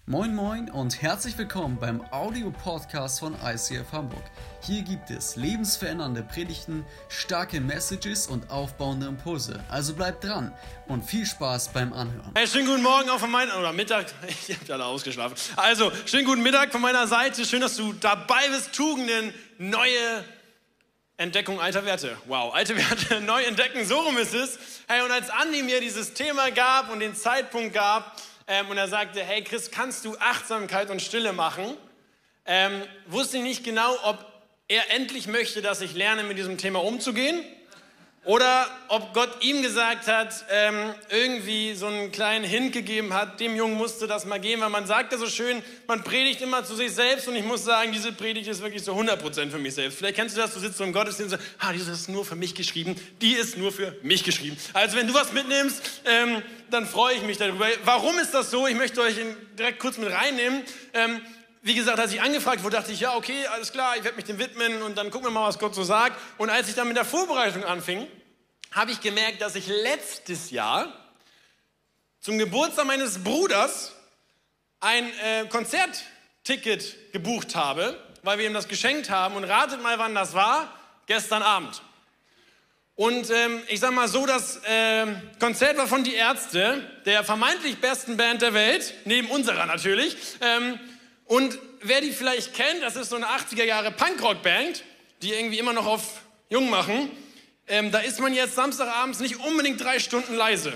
Moin Moin und herzlich willkommen beim Audio-Podcast von ICF Hamburg. Hier gibt es lebensverändernde Predigten, starke Messages und aufbauende Impulse. Also bleibt dran und viel Spaß beim Anhören. Hey, schönen guten Morgen auch von meiner, oder Mittag, ihr habt alle ausgeschlafen. Also, schönen guten Mittag von meiner Seite. Schön, dass du dabei bist. Tugenden, neue Entdeckung alter Werte. Wow, alte Werte neu entdecken, so rum ist es. Hey, und als Andi mir dieses Thema gab und den Zeitpunkt gab, und er sagte, hey Chris, kannst du Achtsamkeit und Stille machen? Wusste ich nicht genau, ob er endlich möchte, dass ich lerne, mit diesem Thema umzugehen. Oder ob Gott ihm gesagt hat, irgendwie so einen kleinen Hint gegeben hat, dem Jungen musste das mal gehen, weil man sagt ja so schön, man predigt immer zu sich selbst und ich muss sagen, diese Predigt ist wirklich so 100% für mich selbst. Vielleicht kennst du das, du sitzt so im Gottesdienst und sagst, die ist nur für mich geschrieben, die ist nur für mich geschrieben. Also wenn du was mitnimmst, dann freue ich mich darüber. Warum ist das so? Ich möchte euch direkt kurz mit reinnehmen. Wie gesagt, als ich angefragt wurde, dachte ich, ja okay, alles klar, ich werde mich dem widmen und dann gucken wir mal, was Gott so sagt. Und als ich dann mit der Vorbereitung anfing, habe ich gemerkt, dass ich letztes Jahr zum Geburtstag meines Bruders ein Konzertticket gebucht habe, weil wir ihm das geschenkt haben. Und ratet mal, wann das war? Gestern Abend. Und ich sag mal so, das Konzert war von Die Ärzte, der vermeintlich besten Band der Welt, neben unserer natürlich. Und wer die vielleicht kennt, das ist so eine 80er Jahre Punkrock-Band, die irgendwie immer noch auf jung machen. Da ist man jetzt Samstagabends nicht unbedingt 3 Stunden leise.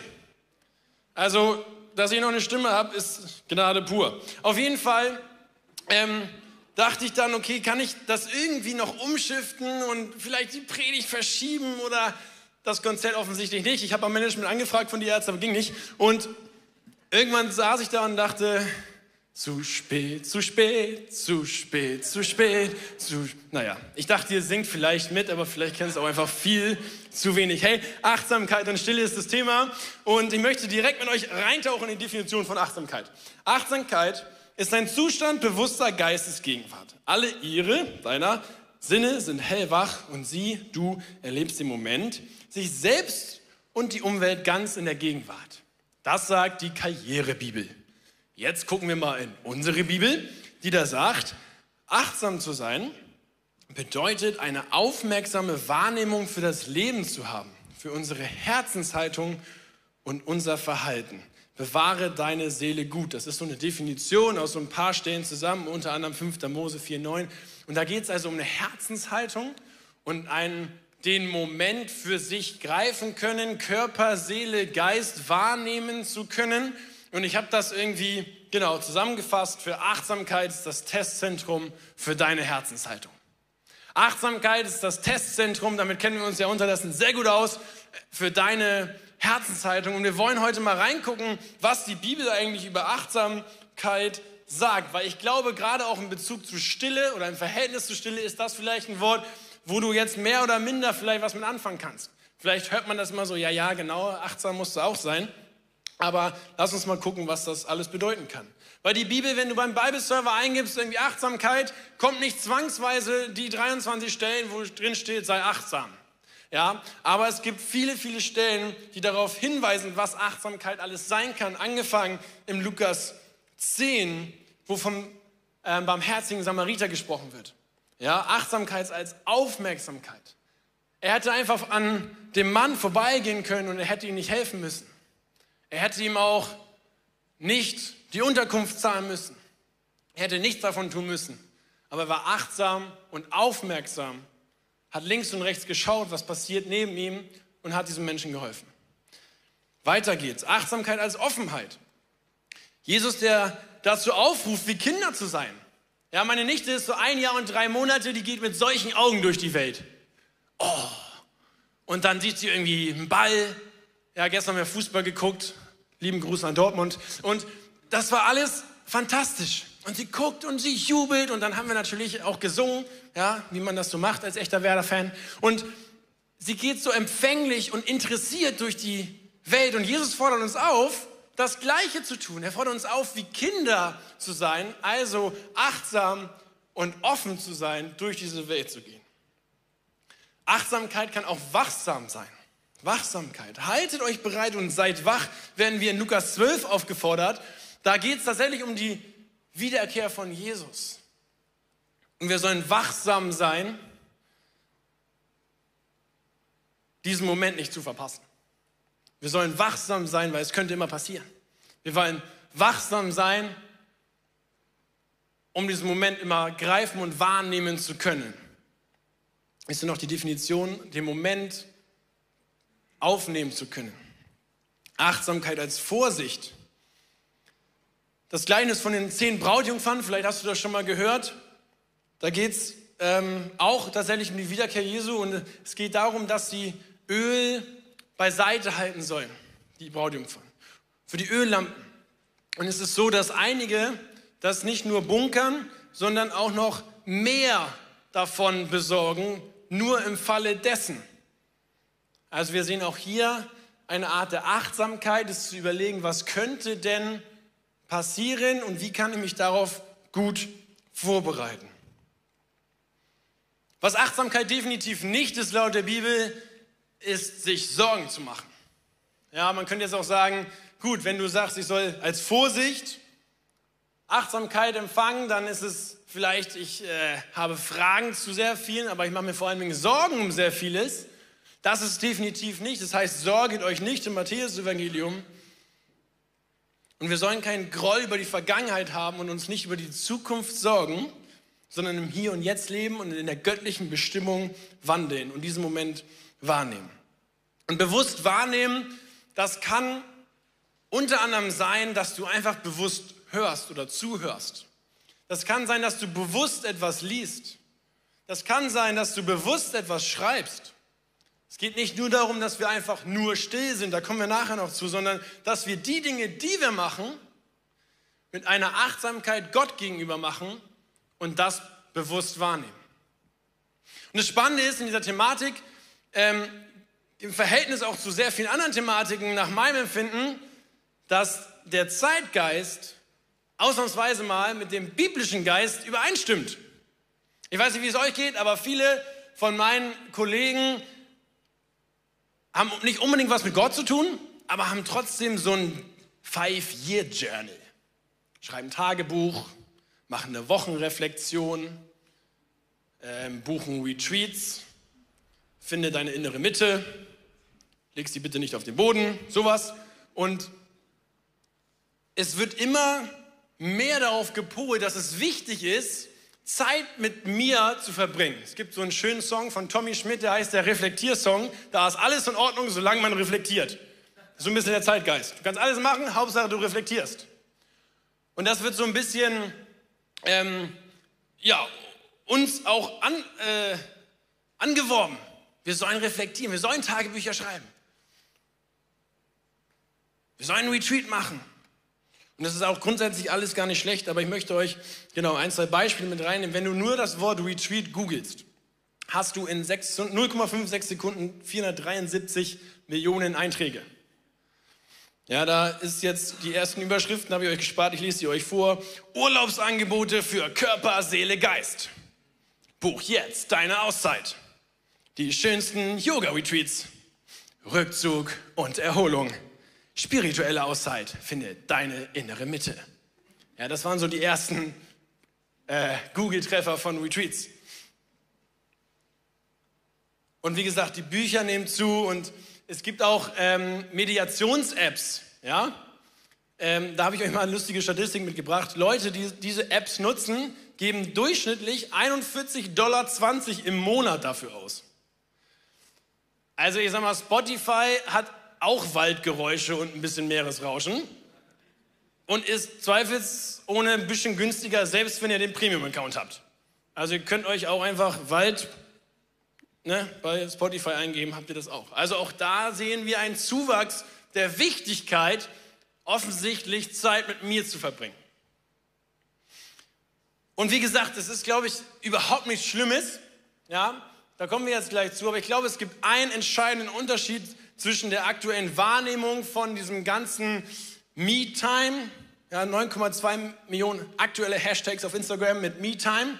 Also, dass ich noch eine Stimme habe, ist Gnade pur. Auf jeden Fall dachte ich dann, okay, kann ich das irgendwie noch umschiften und vielleicht die Predigt verschieben oder das Konzert offensichtlich nicht. Ich habe am Management angefragt von Die Ärzte, aber ging nicht. Und irgendwann saß ich da und dachte, zu spät, zu spät, zu spät, zu spät, Naja, ich dachte, ihr singt vielleicht mit, aber vielleicht kennt es auch einfach viel zu wenig. Hey, Achtsamkeit und Stille ist das Thema und ich möchte direkt mit euch reintauchen in die Definition von Achtsamkeit. Achtsamkeit ist ein Zustand bewusster Geistesgegenwart. Alle deiner Sinne sind hellwach und du erlebst den Moment, sich selbst und die Umwelt ganz in der Gegenwart. Das sagt die Karrierebibel. Jetzt gucken wir mal in unsere Bibel, die da sagt, achtsam zu sein bedeutet, eine aufmerksame Wahrnehmung für das Leben zu haben, für unsere Herzenshaltung und unser Verhalten. Bewahre deine Seele gut. Das ist so eine Definition aus so ein paar Stellen zusammen, unter anderem 5. Mose 4,9. Und da geht es also um eine Herzenshaltung und den Moment für sich greifen können, Körper, Seele, Geist wahrnehmen zu können. Und ich habe das irgendwie zusammengefasst. Für Achtsamkeit ist das Testzentrum für deine Herzenshaltung. Achtsamkeit ist das Testzentrum, damit kennen wir uns ja unterdessen sehr gut aus, für deine Herzenshaltung. Und wir wollen heute mal reingucken, was die Bibel eigentlich über Achtsamkeit sagt. Weil ich glaube, gerade auch in Bezug zu Stille oder im Verhältnis zu Stille ist das vielleicht ein Wort, wo du jetzt mehr oder minder vielleicht was mit anfangen kannst. Vielleicht hört man das immer so, ja, genau, achtsam musst du auch sein. Aber lass uns mal gucken, was das alles bedeuten kann. Weil die Bibel, wenn du beim Bible-Server eingibst, irgendwie Achtsamkeit, kommt nicht zwangsweise die 23 Stellen, wo drin steht, sei achtsam. Ja, aber es gibt viele, viele Stellen, die darauf hinweisen, was Achtsamkeit alles sein kann. Angefangen im Lukas 10, wo vom barmherzigen Samariter gesprochen wird. Ja, Achtsamkeit als Aufmerksamkeit. Er hätte einfach an dem Mann vorbeigehen können und er hätte ihm nicht helfen müssen. Er hätte ihm auch nicht die Unterkunft zahlen müssen. Er hätte nichts davon tun müssen. Aber er war achtsam und aufmerksam, hat links und rechts geschaut, was passiert neben ihm und hat diesem Menschen geholfen. Weiter geht's. Achtsamkeit als Offenheit. Jesus, der dazu aufruft, wie Kinder zu sein. Ja, meine Nichte ist so 1 Jahr und 3 Monate, die geht mit solchen Augen durch die Welt. Oh. Und dann sieht sie irgendwie einen Ball. Ja, gestern haben wir Fußball geguckt. Lieben Gruß an Dortmund. Und das war alles fantastisch. Und sie guckt und sie jubelt. Und dann haben wir natürlich auch gesungen, ja, wie man das so macht als echter Werder-Fan. Und sie geht so empfänglich und interessiert durch die Welt. Und Jesus fordert uns auf, das Gleiche zu tun. Er fordert uns auf, wie Kinder zu sein. Also achtsam und offen zu sein, durch diese Welt zu gehen. Achtsamkeit kann auch wachsam sein. Wachsamkeit. Haltet euch bereit und seid wach, werden wir in Lukas 12 aufgefordert. Da geht es tatsächlich um die Wiederkehr von Jesus. Und wir sollen wachsam sein, diesen Moment nicht zu verpassen. Wir sollen wachsam sein, weil es könnte immer passieren. Wir wollen wachsam sein, um diesen Moment immer greifen und wahrnehmen zu können. Ist noch die Definition, den Moment aufnehmen zu können. Achtsamkeit als Vorsicht. Das Gleichnis von den 10 Brautjungfern, vielleicht hast du das schon mal gehört. Da geht es auch tatsächlich um die Wiederkehr Jesu und es geht darum, dass sie Öl beiseite halten sollen, die Brautjungfern, für die Öllampen. Und es ist so, dass einige das nicht nur bunkern, sondern auch noch mehr davon besorgen, nur im Falle dessen. Also wir sehen auch hier eine Art der Achtsamkeit, es zu überlegen, was könnte denn passieren und wie kann ich mich darauf gut vorbereiten. Was Achtsamkeit definitiv nicht ist laut der Bibel, ist, sich Sorgen zu machen. Ja, man könnte jetzt auch sagen, gut, wenn du sagst, ich soll als Vorsicht Achtsamkeit empfangen, dann ist es vielleicht, ich habe Fragen zu sehr vielen, aber ich mache mir vor allen Dingen Sorgen um sehr vieles. Das ist definitiv nicht. Das heißt, sorget euch nicht im Matthäus-Evangelium. Und wir sollen keinen Groll über die Vergangenheit haben und uns nicht über die Zukunft sorgen, sondern im Hier und Jetzt leben und in der göttlichen Bestimmung wandeln und diesen Moment wahrnehmen. Und bewusst wahrnehmen, das kann unter anderem sein, dass du einfach bewusst hörst oder zuhörst. Das kann sein, dass du bewusst etwas liest. Das kann sein, dass du bewusst etwas schreibst. Es geht nicht nur darum, dass wir einfach nur still sind, da kommen wir nachher noch zu, sondern dass wir die Dinge, die wir machen, mit einer Achtsamkeit Gott gegenüber machen und das bewusst wahrnehmen. Und das Spannende ist in dieser Thematik, im Verhältnis auch zu sehr vielen anderen Thematiken nach meinem Empfinden, dass der Zeitgeist ausnahmsweise mal mit dem biblischen Geist übereinstimmt. Ich weiß nicht, wie es euch geht, aber viele von meinen Kollegen haben nicht unbedingt was mit Gott zu tun, aber haben trotzdem so ein 5-Year-Journal. Schreiben Tagebuch, machen eine Wochenreflexion, buchen Retreats, finde deine innere Mitte, leg sie bitte nicht auf den Boden, sowas. Und es wird immer mehr darauf gepolt, dass es wichtig ist, Zeit mit mir zu verbringen. Es gibt so einen schönen Song von Tommy Schmidt, der heißt der Reflektier-Song. Da ist alles in Ordnung, solange man reflektiert. So ein bisschen der Zeitgeist. Du kannst alles machen, Hauptsache du reflektierst. Und das wird so ein bisschen, uns auch angeworben. Wir sollen reflektieren, wir sollen Tagebücher schreiben. Wir sollen einen Retreat machen. Und das ist auch grundsätzlich alles gar nicht schlecht, aber ich möchte euch 1, 2 Beispiele mit reinnehmen. Wenn du nur das Wort Retreat googelst, hast du in 0,56 Sekunden 473 Millionen Einträge. Ja, da ist jetzt die ersten Überschriften, habe ich euch gespart, ich lese sie euch vor. Urlaubsangebote für Körper, Seele, Geist. Buch jetzt deine Auszeit. Die schönsten Yoga-Retreats. Rückzug und Erholung. Spirituelle Auszeit, finde deine innere Mitte. Ja, das waren so die ersten Google-Treffer von Retreats. Und wie gesagt, die Bücher nehmen zu und es gibt auch Mediations-Apps. Ja? Da habe ich euch mal eine lustige Statistik mitgebracht. Leute, die diese Apps nutzen, geben durchschnittlich $41,20 im Monat dafür aus. Also ich sag mal, Spotify hat auch Waldgeräusche und ein bisschen Meeresrauschen und ist zweifelsohne ein bisschen günstiger, selbst wenn ihr den Premium-Account habt. Also ihr könnt euch auch einfach Wald bei Spotify eingeben, habt ihr das auch. Also auch da sehen wir einen Zuwachs der Wichtigkeit, offensichtlich Zeit mit mir zu verbringen. Und wie gesagt, es ist, glaube ich, überhaupt nichts Schlimmes, ja, da kommen wir jetzt gleich zu, aber ich glaube, es gibt einen entscheidenden Unterschied zwischen der aktuellen Wahrnehmung von diesem ganzen Me-Time, ja, 9,2 Millionen aktuelle Hashtags auf Instagram mit Me-Time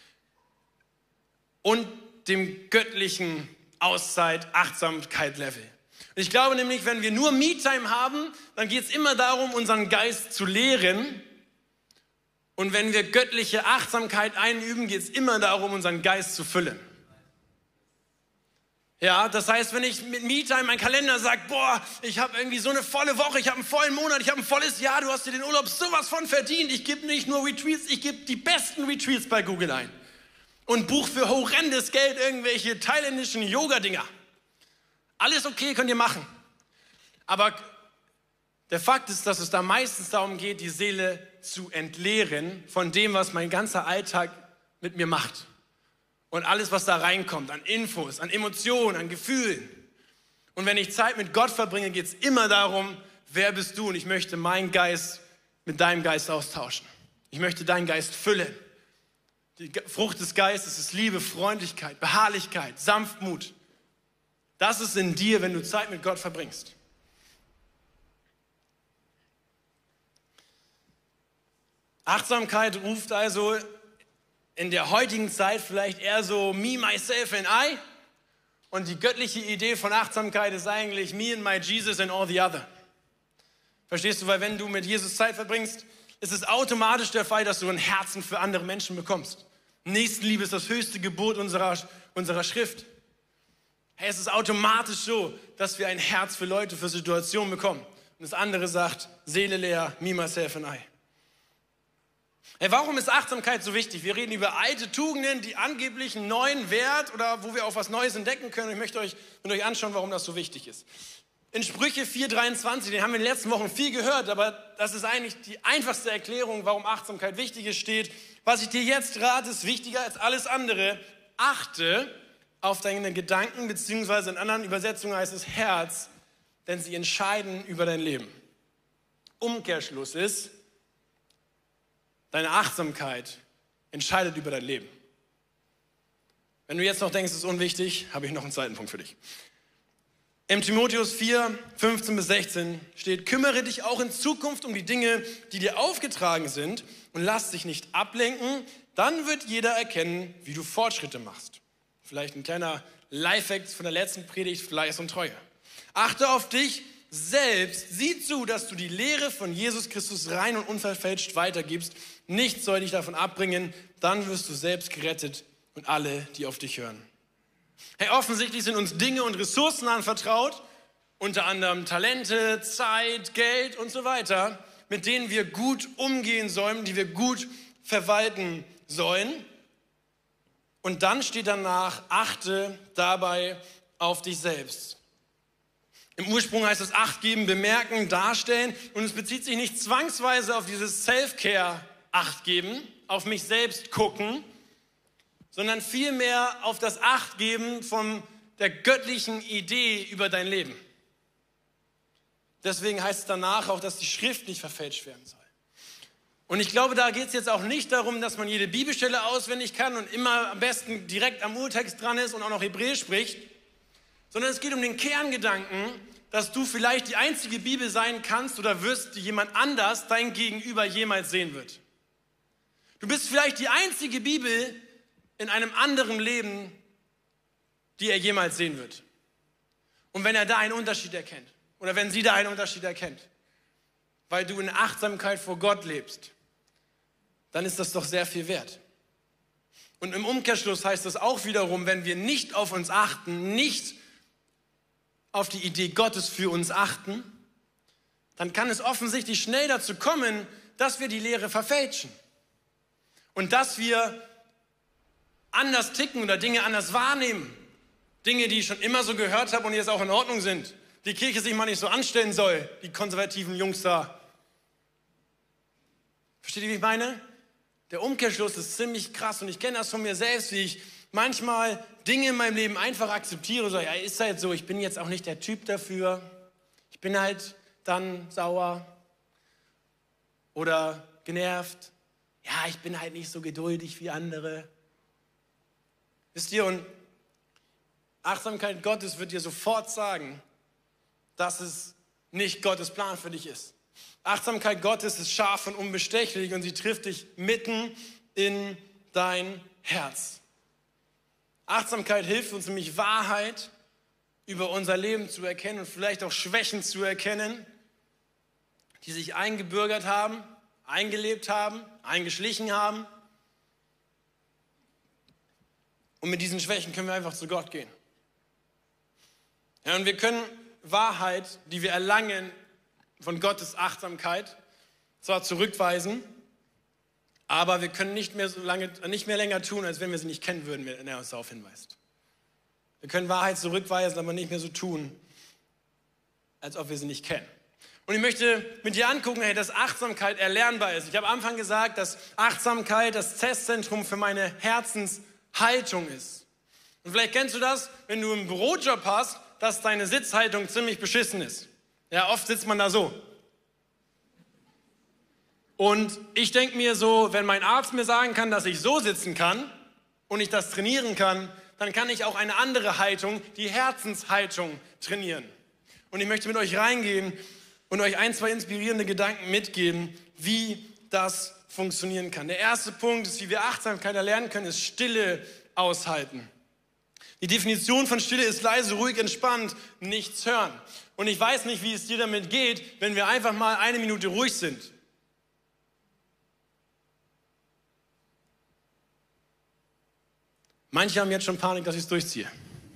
und dem göttlichen Auszeit-Achtsamkeit-Level. Und ich glaube nämlich, wenn wir nur Me-Time haben, dann geht es immer darum, unseren Geist zu leeren Und wenn wir göttliche Achtsamkeit einüben, geht es immer darum, unseren Geist zu füllen. Ja, das heißt, wenn ich mit MeTime meinen Kalender sage, boah, ich habe irgendwie so eine volle Woche, ich habe einen vollen Monat, ich habe ein volles Jahr, du hast dir den Urlaub sowas von verdient. Ich gebe nicht nur Retreats, ich gebe die besten Retreats bei Google ein. Und buche für horrendes Geld irgendwelche thailändischen Yoga-Dinger. Alles okay, könnt ihr machen. Aber der Fakt ist, dass es da meistens darum geht, die Seele zu entleeren von dem, was mein ganzer Alltag mit mir macht. Und alles, was da reinkommt, an Infos, an Emotionen, an Gefühlen. Und wenn ich Zeit mit Gott verbringe, geht es immer darum, wer bist du? Und ich möchte meinen Geist mit deinem Geist austauschen. Ich möchte deinen Geist füllen. Die Frucht des Geistes ist Liebe, Freundlichkeit, Beharrlichkeit, Sanftmut. Das ist in dir, wenn du Zeit mit Gott verbringst. Achtsamkeit ruft also in der heutigen Zeit vielleicht eher so me, myself and I. Und die göttliche Idee von Achtsamkeit ist eigentlich me and my Jesus and all the other. Verstehst du? Weil wenn du mit Jesus Zeit verbringst, ist es automatisch der Fall, dass du ein Herzen für andere Menschen bekommst. Nächstenliebe ist das höchste Gebot unserer Schrift. Hey, es ist automatisch so, dass wir ein Herz für Leute, für Situationen bekommen. Und das andere sagt, Seele leer, me, myself and I. Hey, warum ist Achtsamkeit so wichtig? Wir reden über alte Tugenden, die angeblich einen neuen Wert oder wo wir auch was Neues entdecken können. Ich möchte euch mit euch anschauen, warum das so wichtig ist. In Sprüche 4,23, den haben wir in den letzten Wochen viel gehört, aber das ist eigentlich die einfachste Erklärung, warum Achtsamkeit wichtig ist, steht, was ich dir jetzt rate, ist wichtiger als alles andere. Achte auf deine Gedanken, beziehungsweise in anderen Übersetzungen heißt es Herz, denn sie entscheiden über dein Leben. Umkehrschluss ist, deine Achtsamkeit entscheidet über dein Leben. Wenn du jetzt noch denkst, es ist unwichtig, habe ich noch einen zweiten Punkt für dich. Im Timotheus 4, 15 bis 16 steht, kümmere dich auch in Zukunft um die Dinge, die dir aufgetragen sind und lass dich nicht ablenken, dann wird jeder erkennen, wie du Fortschritte machst. Vielleicht ein kleiner Lifehack von der letzten Predigt, Fleiß und Treue. Achte auf dich selbst, sieh zu, dass du die Lehre von Jesus Christus rein und unverfälscht weitergibst. Nichts soll dich davon abbringen, dann wirst du selbst gerettet und alle, die auf dich hören. Hey, offensichtlich sind uns Dinge und Ressourcen anvertraut, unter anderem Talente, Zeit, Geld und so weiter, mit denen wir gut umgehen sollen, die wir gut verwalten sollen. Und dann steht danach, achte dabei auf dich selbst. Im Ursprung heißt es Acht geben, bemerken, darstellen. Und es bezieht sich nicht zwangsweise auf dieses Self-Care Acht geben, auf mich selbst gucken, sondern vielmehr auf das Acht geben von der göttlichen Idee über dein Leben. Deswegen heißt es danach auch, dass die Schrift nicht verfälscht werden soll. Und ich glaube, da geht es jetzt auch nicht darum, dass man jede Bibelstelle auswendig kann und immer am besten direkt am Urtext dran ist und auch noch Hebräisch spricht, sondern es geht um den Kerngedanken, dass du vielleicht die einzige Bibel sein kannst oder wirst, die jemand anders, dein Gegenüber, jemals sehen wird. Du bist vielleicht die einzige Bibel in einem anderen Leben, die er jemals sehen wird. Und wenn er da einen Unterschied erkennt, oder wenn sie da einen Unterschied erkennt, weil du in Achtsamkeit vor Gott lebst, dann ist das doch sehr viel wert. Und im Umkehrschluss heißt das auch wiederum, wenn wir nicht auf uns achten, nicht auf die Idee Gottes für uns achten, dann kann es offensichtlich schnell dazu kommen, dass wir die Lehre verfälschen. Und dass wir anders ticken oder Dinge anders wahrnehmen. Dinge, die ich schon immer so gehört habe und jetzt auch in Ordnung sind. Die Kirche sich mal nicht so anstellen soll, die konservativen Jungs da. Versteht ihr, wie ich meine? Der Umkehrschluss ist ziemlich krass und ich kenne das von mir selbst, wie ich manchmal Dinge in meinem Leben einfach akzeptiere und sage, ja, ist halt so, ich bin jetzt auch nicht der Typ dafür. Ich bin halt dann sauer oder genervt. Ja, ich bin halt nicht so geduldig wie andere. Wisst ihr, und Achtsamkeit Gottes wird dir sofort sagen, dass es nicht Gottes Plan für dich ist. Achtsamkeit Gottes ist scharf und unbestechlich und sie trifft dich mitten in dein Herz. Achtsamkeit hilft uns nämlich, Wahrheit über unser Leben zu erkennen und vielleicht auch Schwächen zu erkennen, die sich eingebürgert haben, eingelebt haben, eingeschlichen haben. Und mit diesen Schwächen können wir einfach zu Gott gehen. Ja, und wir können Wahrheit, die wir erlangen von Gottes Achtsamkeit, zwar zurückweisen, aber wir können nicht mehr länger tun, als wenn wir sie nicht kennen würden, wenn er uns darauf hinweist. Wir können Wahrheit zurückweisen, aber nicht mehr so tun, als ob wir sie nicht kennen. Und ich möchte mit dir angucken, dass Achtsamkeit erlernbar ist. Ich habe am Anfang gesagt, dass Achtsamkeit das Testzentrum für meine Herzenshaltung ist. Und vielleicht kennst du das, wenn du einen Bürojob hast, dass deine Sitzhaltung ziemlich beschissen ist. Ja, oft sitzt man da so. Und ich denke mir so, wenn mein Arzt mir sagen kann, dass ich so sitzen kann und ich das trainieren kann, dann kann ich auch eine andere Haltung, die Herzenshaltung, trainieren. Und ich möchte mit euch reingehen und euch 1, 2 inspirierende Gedanken mitgeben, wie das funktionieren kann. Der erste Punkt ist, wie wir Achtsamkeit erlernen können, ist Stille aushalten. Die Definition von Stille ist leise, ruhig, entspannt, nichts hören. Und ich weiß nicht, wie es dir damit geht, wenn wir einfach mal 1 Minute ruhig sind. Manche haben jetzt schon Panik, dass ich es durchziehe.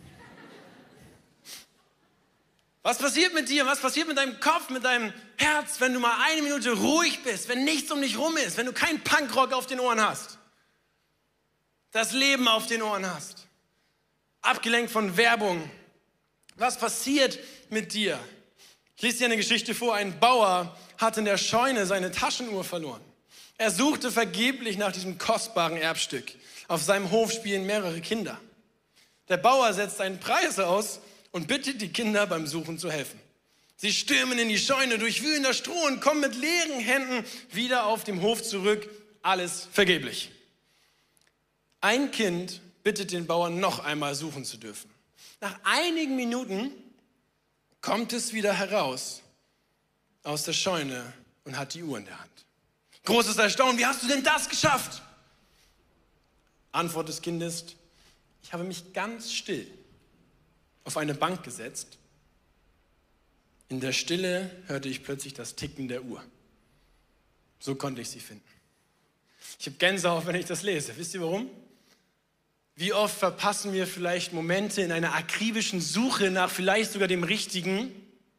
Was passiert mit dir? Was passiert mit deinem Kopf, mit deinem Herz, wenn du mal 1 Minute ruhig bist, wenn nichts um dich rum ist, wenn du keinen Punkrock auf den Ohren hast, das Leben auf den Ohren hast, abgelenkt von Werbung? Was passiert mit dir? Ich lese dir eine Geschichte vor. Ein Bauer hat in der Scheune seine Taschenuhr verloren. Er suchte vergeblich nach diesem kostbaren Erbstück. Auf seinem Hof spielen mehrere Kinder. Der Bauer setzt einen Preis aus und bittet die Kinder beim Suchen zu helfen. Sie stürmen in die Scheune, durchwühlen das Stroh und kommen mit leeren Händen wieder auf dem Hof zurück. Alles vergeblich. Ein Kind bittet den Bauern, noch einmal suchen zu dürfen. Nach einigen Minuten kommt es wieder heraus aus der Scheune und hat die Uhr in der Hand. Großes Erstaunen, wie hast du denn das geschafft? Antwort des Kindes: Ich habe mich ganz still auf eine Bank gesetzt. In der Stille hörte ich plötzlich das Ticken der Uhr. So konnte ich sie finden. Ich habe Gänsehaut, wenn ich das lese. Wisst ihr warum? Wie oft verpassen wir vielleicht Momente in einer akribischen Suche nach vielleicht sogar dem Richtigen,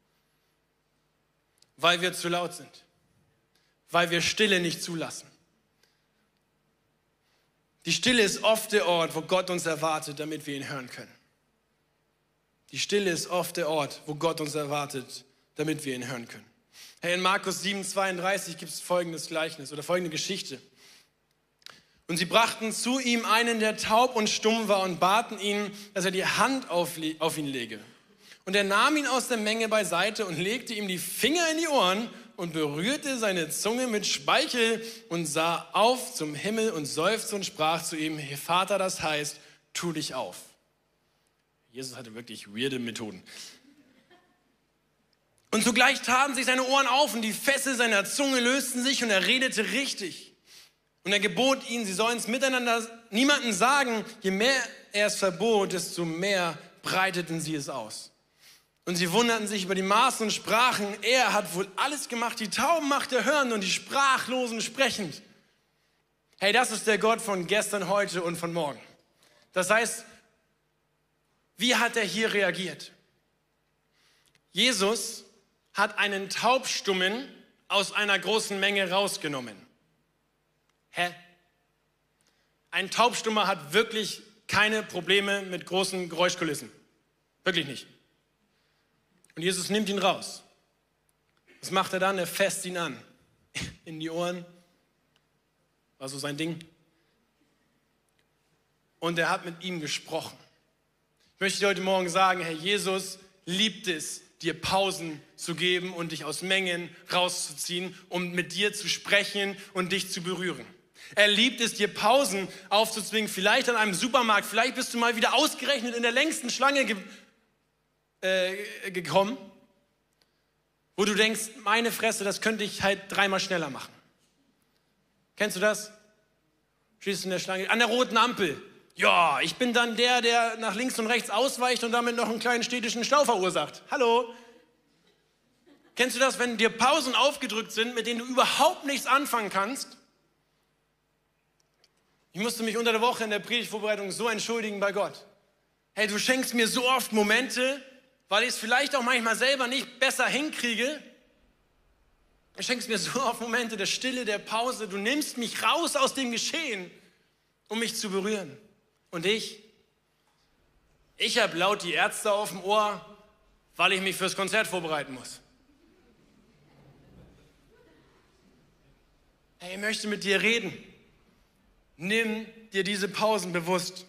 weil wir zu laut sind, weil wir Stille nicht zulassen. Die Stille ist oft der Ort, wo Gott uns erwartet, damit wir ihn hören können. Die Stille ist oft der Ort, wo Gott uns erwartet, damit wir ihn hören können. Hey, in Markus 7,32 gibt es folgendes Gleichnis oder folgende Geschichte. Und sie brachten zu ihm einen, der taub und stumm war, und baten ihn, dass er die Hand auf ihn lege. Und er nahm ihn aus der Menge beiseite und legte ihm die Finger in die Ohren und berührte seine Zunge mit Speichel und sah auf zum Himmel und seufzte und sprach zu ihm: Hey Vater, das heißt, tu dich auf. Jesus hatte wirklich weirde Methoden. Und sogleich taten sich seine Ohren auf und die Fesseln seiner Zunge lösten sich und er redete richtig. Und er gebot ihnen, sie sollen es miteinander niemandem sagen. Je mehr er es verbot, desto mehr breiteten sie es aus. Und sie wunderten sich über die Maßen und sprachen: Er hat wohl alles gemacht, die Tauben macht er hörend und die Sprachlosen sprechend. Hey, das ist der Gott von gestern, heute und von morgen. Das heißt, wie hat er hier reagiert? Jesus hat einen Taubstummen aus einer großen Menge rausgenommen. Hä? Ein Taubstummer hat wirklich keine Probleme mit großen Geräuschkulissen. Wirklich nicht. Und Jesus nimmt ihn raus. Was macht er dann? Er fasst ihn an. In die Ohren. War so sein Ding. Und er hat mit ihm gesprochen. Ich möchte dir heute Morgen sagen, Herr, Jesus liebt es, dir Pausen zu geben und dich aus Mengen rauszuziehen, um mit dir zu sprechen und dich zu berühren. Er liebt es, dir Pausen aufzuzwingen, vielleicht an einem Supermarkt, vielleicht bist du mal wieder ausgerechnet in der längsten Schlange gekommen, wo du denkst, meine Fresse, das könnte ich halt 3-mal schneller machen. Kennst du das? Stehst in der Schlange, an der roten Ampel. Ja, ich bin dann der nach links und rechts ausweicht und damit noch einen kleinen städtischen Stau verursacht. Hallo? Kennst du das, wenn dir Pausen aufgedrückt sind, mit denen du überhaupt nichts anfangen kannst? Ich musste mich unter der Woche in der Predigtvorbereitung so entschuldigen bei Gott. Hey, du schenkst mir so oft Momente, weil ich es vielleicht auch manchmal selber nicht besser hinkriege. Du schenkst mir so oft Momente der Stille, der Pause. Du nimmst mich raus aus dem Geschehen, um mich zu berühren. Und ich habe laut die Ärzte auf dem Ohr, weil ich mich fürs Konzert vorbereiten muss. Hey, ich möchte mit dir reden. Nimm dir diese Pausen bewusst.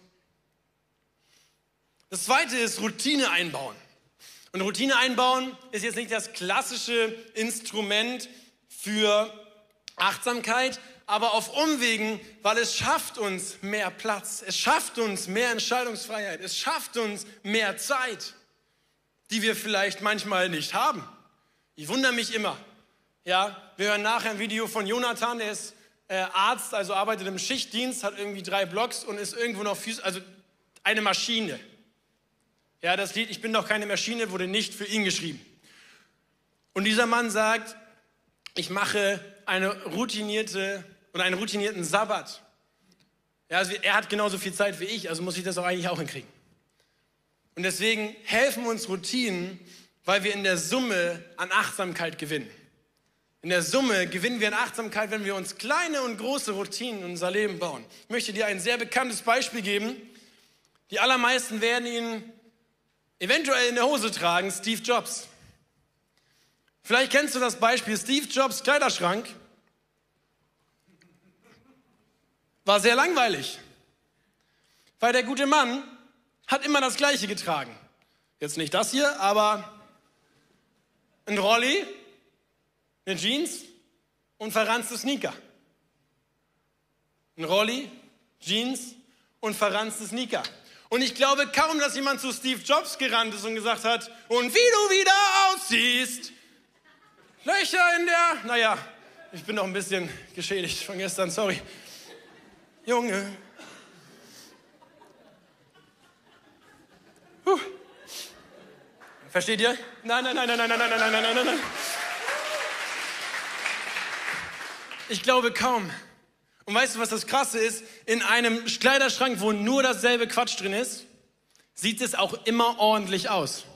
Das zweite ist Routine einbauen. Und Routine einbauen ist jetzt nicht das klassische Instrument für Achtsamkeit, aber auf Umwegen, weil es schafft uns mehr Platz, es schafft uns mehr Entscheidungsfreiheit, es schafft uns mehr Zeit, die wir vielleicht manchmal nicht haben. Ich wundere mich immer. Ja, wir hören nachher ein Video von Jonathan, der ist Arzt, also arbeitet im Schichtdienst, hat irgendwie 3 Blocks und ist irgendwo noch also eine Maschine. Ja, das Lied "Ich bin doch keine Maschine" wurde nicht für ihn geschrieben. Und dieser Mann sagt, ich mache einen routinierten Sabbat. Ja, also er hat genauso viel Zeit wie ich, also muss ich das eigentlich auch hinkriegen. Und deswegen helfen uns Routinen, weil wir in der Summe an Achtsamkeit gewinnen. In der Summe gewinnen wir an Achtsamkeit, wenn wir uns kleine und große Routinen in unser Leben bauen. Ich möchte dir ein sehr bekanntes Beispiel geben. Die allermeisten werden ihn eventuell in der Hose tragen, Steve Jobs. Vielleicht kennst du das Beispiel, Steve Jobs Kleiderschrank war sehr langweilig, weil der gute Mann hat immer das Gleiche getragen. Jetzt nicht das hier, aber ein Rolli, eine Jeans und verranzte Sneaker. Ein Rolli, Jeans und verranzte Sneaker. Und ich glaube kaum, dass jemand zu Steve Jobs gerannt ist und gesagt hat, und wie du wieder aussiehst, Löcher in der... Naja, ich bin noch ein bisschen geschädigt von gestern, sorry. Junge. Versteht ihr? Nein. Ich glaube kaum. Und weißt du, was das Krasse ist? In einem Kleiderschrank, wo nur dasselbe Quatsch drin ist, sieht es auch immer ordentlich aus.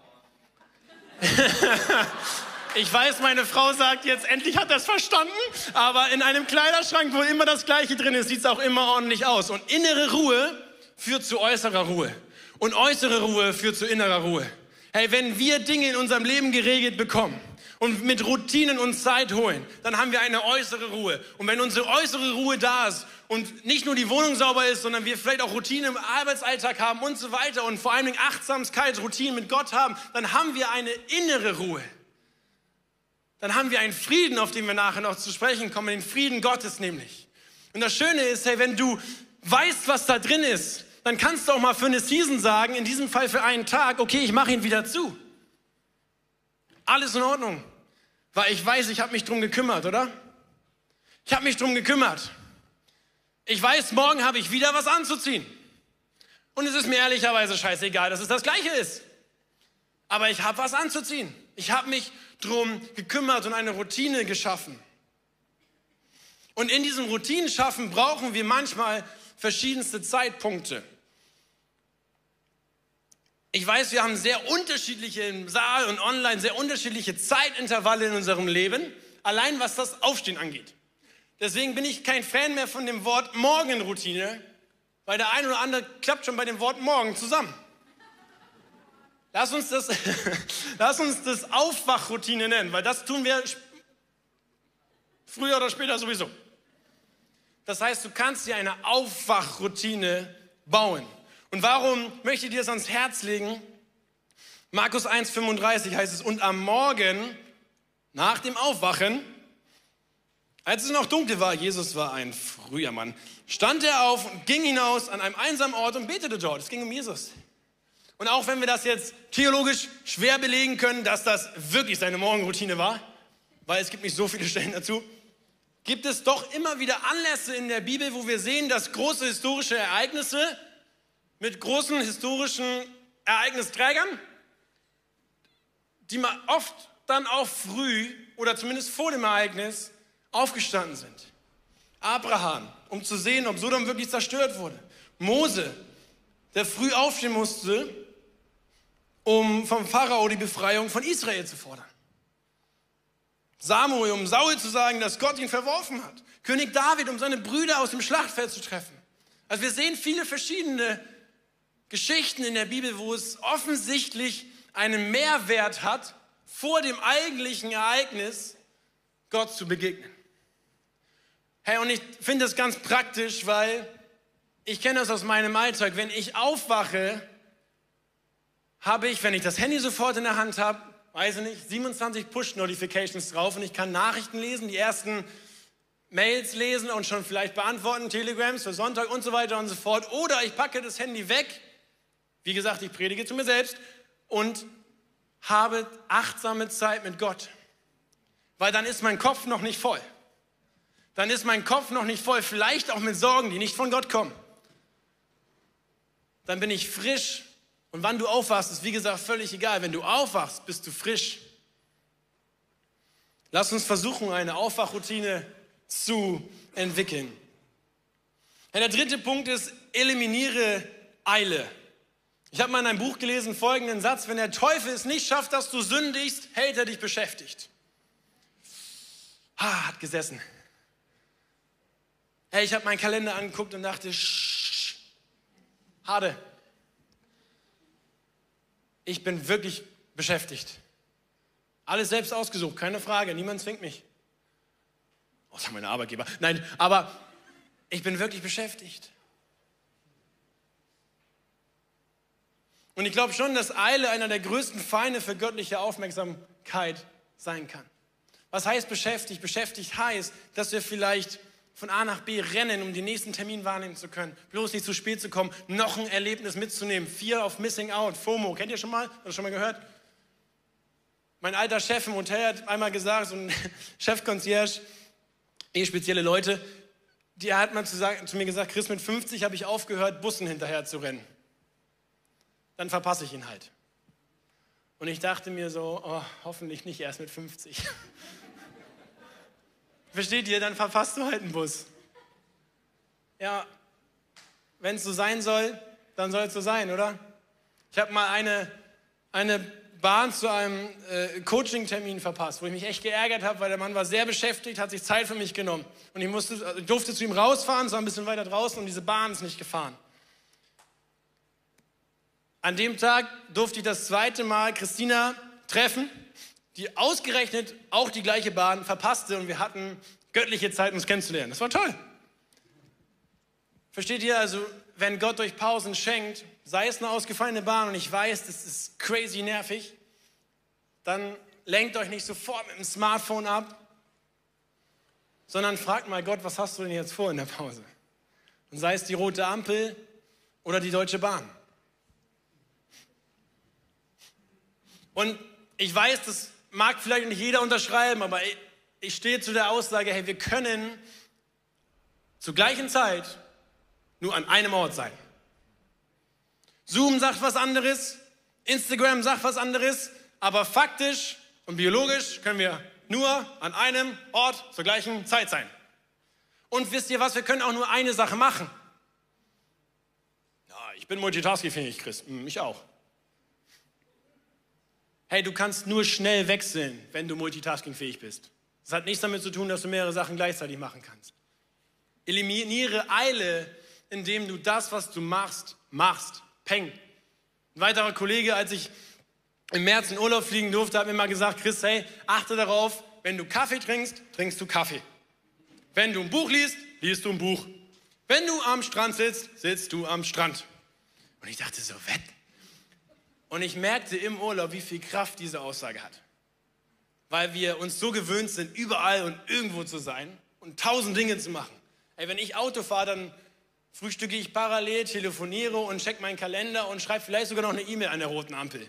Ich weiß, meine Frau sagt jetzt, endlich hat er es verstanden, aber in einem Kleiderschrank, wo immer das Gleiche drin ist, sieht es auch immer ordentlich aus. Und innere Ruhe führt zu äußerer Ruhe. Und äußere Ruhe führt zu innerer Ruhe. Hey, wenn wir Dinge in unserem Leben geregelt bekommen und mit Routinen uns Zeit holen, dann haben wir eine äußere Ruhe. Und wenn unsere äußere Ruhe da ist und nicht nur die Wohnung sauber ist, sondern wir vielleicht auch Routinen im Arbeitsalltag haben und so weiter und vor allem Achtsamkeit, Routinen mit Gott haben, dann haben wir eine innere Ruhe. Dann haben wir einen Frieden, auf den wir nachher noch zu sprechen kommen, den Frieden Gottes nämlich. Und das Schöne ist, hey, wenn du weißt, was da drin ist, dann kannst du auch mal für eine Season sagen, in diesem Fall für einen Tag, okay, ich mache ihn wieder zu. Alles in Ordnung, weil ich weiß, ich habe mich drum gekümmert, oder? Ich habe mich drum gekümmert. Ich weiß, morgen habe ich wieder was anzuziehen. Und es ist mir ehrlicherweise scheißegal, dass es das Gleiche ist. Aber ich habe was anzuziehen. Ich habe mich drum gekümmert und eine Routine geschaffen. Und in diesem Routinenschaffen brauchen wir manchmal verschiedenste Zeitpunkte. Ich weiß, wir haben sehr unterschiedliche im Saal und online, sehr unterschiedliche Zeitintervalle in unserem Leben, allein was das Aufstehen angeht. Deswegen bin ich kein Fan mehr von dem Wort Morgenroutine, weil der eine oder andere klappt schon bei dem Wort Morgen zusammen. Lass uns das Aufwachroutine nennen, weil das tun wir früher oder später sowieso. Das heißt, du kannst dir eine Aufwachroutine bauen. Und warum möchte ich dir das ans Herz legen? Markus 1,35 heißt es, und am Morgen, nach dem Aufwachen, als es noch dunkel war, Jesus war ein früher Mann, stand er auf und ging hinaus an einem einsamen Ort und betete dort. Es ging um Jesus. Und auch wenn wir das jetzt theologisch schwer belegen können, dass das wirklich seine Morgenroutine war, weil es gibt nicht so viele Stellen dazu, gibt es doch immer wieder Anlässe in der Bibel, wo wir sehen, dass große historische Ereignisse mit großen historischen Ereignisträgern, die man oft dann auch früh oder zumindest vor dem Ereignis aufgestanden sind. Abraham, um zu sehen, ob Sodom wirklich zerstört wurde. Mose, der früh aufstehen musste, um vom Pharao die Befreiung von Israel zu fordern. Samuel, um Saul zu sagen, dass Gott ihn verworfen hat. König David, um seine Brüder aus dem Schlachtfeld zu treffen. Also wir sehen viele verschiedene Geschichten in der Bibel, wo es offensichtlich einen Mehrwert hat, vor dem eigentlichen Ereignis Gott zu begegnen. Hey, und ich finde das ganz praktisch, weil ich kenne das aus meinem Alltag. Wenn ich aufwache, habe ich, wenn ich das Handy sofort in der Hand habe, weiß ich nicht, 27 Push-Notifications drauf und ich kann Nachrichten lesen, die ersten Mails lesen und schon vielleicht beantworten, Telegrams für Sonntag und so weiter und so fort. Oder ich packe das Handy weg, wie gesagt, ich predige zu mir selbst und habe achtsame Zeit mit Gott. Weil dann ist mein Kopf noch nicht voll. Dann ist mein Kopf noch nicht voll, vielleicht auch mit Sorgen, die nicht von Gott kommen. Dann bin ich frisch. Und wann du aufwachst, ist wie gesagt völlig egal. Wenn du aufwachst, bist du frisch. Lass uns versuchen, eine Aufwachroutine zu entwickeln. Der dritte Punkt ist, eliminiere Eile. Ich habe mal in einem Buch gelesen folgenden Satz: Wenn der Teufel es nicht schafft, dass du sündigst, hält er dich beschäftigt. Hat gesessen. Hey, ich habe meinen Kalender angeguckt und dachte, Hade. Ich bin wirklich beschäftigt. Alles selbst ausgesucht, keine Frage, niemand zwingt mich. Außer meine Arbeitgeber. Nein, aber ich bin wirklich beschäftigt. Und ich glaube schon, dass Eile einer der größten Feinde für göttliche Aufmerksamkeit sein kann. Was heißt beschäftigt? Beschäftigt heißt, dass wir vielleicht von A nach B rennen, um den nächsten Termin wahrnehmen zu können. Bloß nicht zu spät zu kommen, noch ein Erlebnis mitzunehmen. Fear of Missing Out, FOMO. Kennt ihr schon mal? Habt ihr schon mal gehört? Mein alter Chef im Hotel hat einmal gesagt, so ein Chefconcierge, spezielle Leute, die hat mal zu mir gesagt, Chris, mit 50 habe ich aufgehört, Bussen hinterher zu rennen. Dann verpasse ich ihn halt. Und ich dachte mir so, oh, hoffentlich nicht erst mit 50. Versteht ihr? Dann verpasst du halt einen Bus. Ja, wenn es so sein soll, dann soll es so sein, oder? Ich habe mal eine Bahn zu einem Coaching-Termin verpasst, wo ich mich echt geärgert habe, weil der Mann war sehr beschäftigt, hat sich Zeit für mich genommen. Und ich durfte zu ihm rausfahren, es war ein bisschen weiter draußen und diese Bahn ist nicht gefahren. An dem Tag durfte ich das zweite Mal Christina treffen, die ausgerechnet auch die gleiche Bahn verpasste und wir hatten göttliche Zeit, uns kennenzulernen. Das war toll. Versteht ihr? Also, wenn Gott euch Pausen schenkt, sei es eine ausgefallene Bahn und ich weiß, das ist crazy nervig, dann lenkt euch nicht sofort mit dem Smartphone ab, sondern fragt mal Gott, was hast du denn jetzt vor in der Pause? Und sei es die rote Ampel oder die Deutsche Bahn. Und ich weiß, das mag vielleicht nicht jeder unterschreiben, aber ich stehe zu der Aussage, hey, wir können zur gleichen Zeit nur an einem Ort sein. Zoom sagt was anderes, Instagram sagt was anderes, aber faktisch und biologisch können wir nur an einem Ort zur gleichen Zeit sein. Und wisst ihr was, wir können auch nur eine Sache machen. Ja, ich bin multitaskingfähig, Chris. Ich auch. Hey, du kannst nur schnell wechseln, wenn du multitaskingfähig bist. Das hat nichts damit zu tun, dass du mehrere Sachen gleichzeitig machen kannst. Eliminiere Eile, indem du das, was du machst. Peng. Ein weiterer Kollege, als ich im März in Urlaub fliegen durfte, hat mir mal gesagt, Chris, hey, achte darauf, wenn du Kaffee trinkst, trinkst du Kaffee. Wenn du ein Buch liest, liest du ein Buch. Wenn du am Strand sitzt, sitzt du am Strand. Und ich dachte so, was? Und ich merkte im Urlaub, wie viel Kraft diese Aussage hat. Weil wir uns so gewöhnt sind, überall und irgendwo zu sein und 1000 Dinge zu machen. Ey, wenn ich Auto fahre, dann frühstücke ich parallel, telefoniere und check meinen Kalender und schreibe vielleicht sogar noch eine E-Mail an der roten Ampel.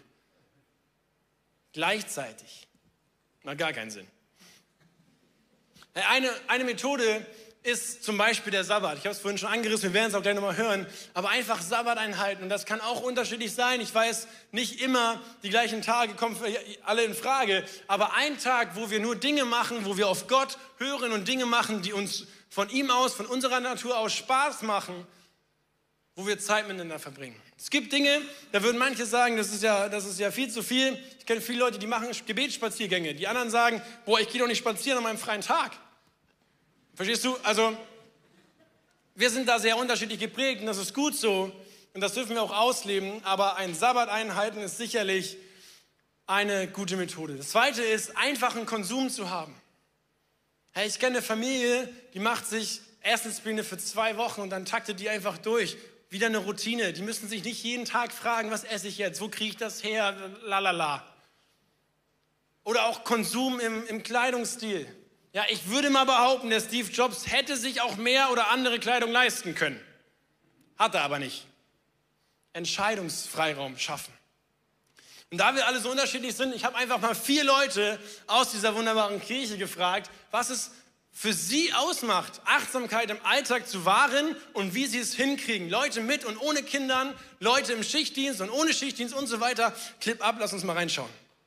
Gleichzeitig. Macht gar keinen Sinn. Eine Methode, ist zum Beispiel der Sabbat. Ich habe es vorhin schon angerissen, wir werden es auch gleich nochmal hören. Aber einfach Sabbat einhalten. Und das kann auch unterschiedlich sein. Ich weiß, nicht immer die gleichen Tage kommen für alle in Frage. Aber ein Tag, wo wir nur Dinge machen, wo wir auf Gott hören und Dinge machen, die uns von ihm aus, von unserer Natur aus Spaß machen, wo wir Zeit miteinander verbringen. Es gibt Dinge, da würden manche sagen, das ist ja viel zu viel. Ich kenne viele Leute, die machen Gebetsspaziergänge. Die anderen sagen, boah, ich gehe doch nicht spazieren an meinem freien Tag. Verstehst du? Also, wir sind da sehr unterschiedlich geprägt und das ist gut so und das dürfen wir auch ausleben, aber ein Sabbat einhalten ist sicherlich eine gute Methode. Das Zweite ist, einfachen Konsum zu haben. Hey, ich kenne eine Familie, die macht sich Essenspläne für 2 Wochen und dann taktet die einfach durch. Wieder eine Routine. Die müssen sich nicht jeden Tag fragen, was esse ich jetzt, wo kriege ich das her, lalala. Oder auch Konsum im Kleidungsstil. Ja, ich würde mal behaupten, der Steve Jobs hätte sich auch mehr oder andere Kleidung leisten können. Hat er aber nicht. Entscheidungsfreiraum schaffen. Und da wir alle so unterschiedlich sind, ich habe einfach mal 4 Leute aus dieser wunderbaren Kirche gefragt, was es für sie ausmacht, Achtsamkeit im Alltag zu wahren und wie sie es hinkriegen. Leute mit und ohne Kindern, Leute im Schichtdienst und ohne Schichtdienst und so weiter. Clip ab, lass uns mal reinschauen.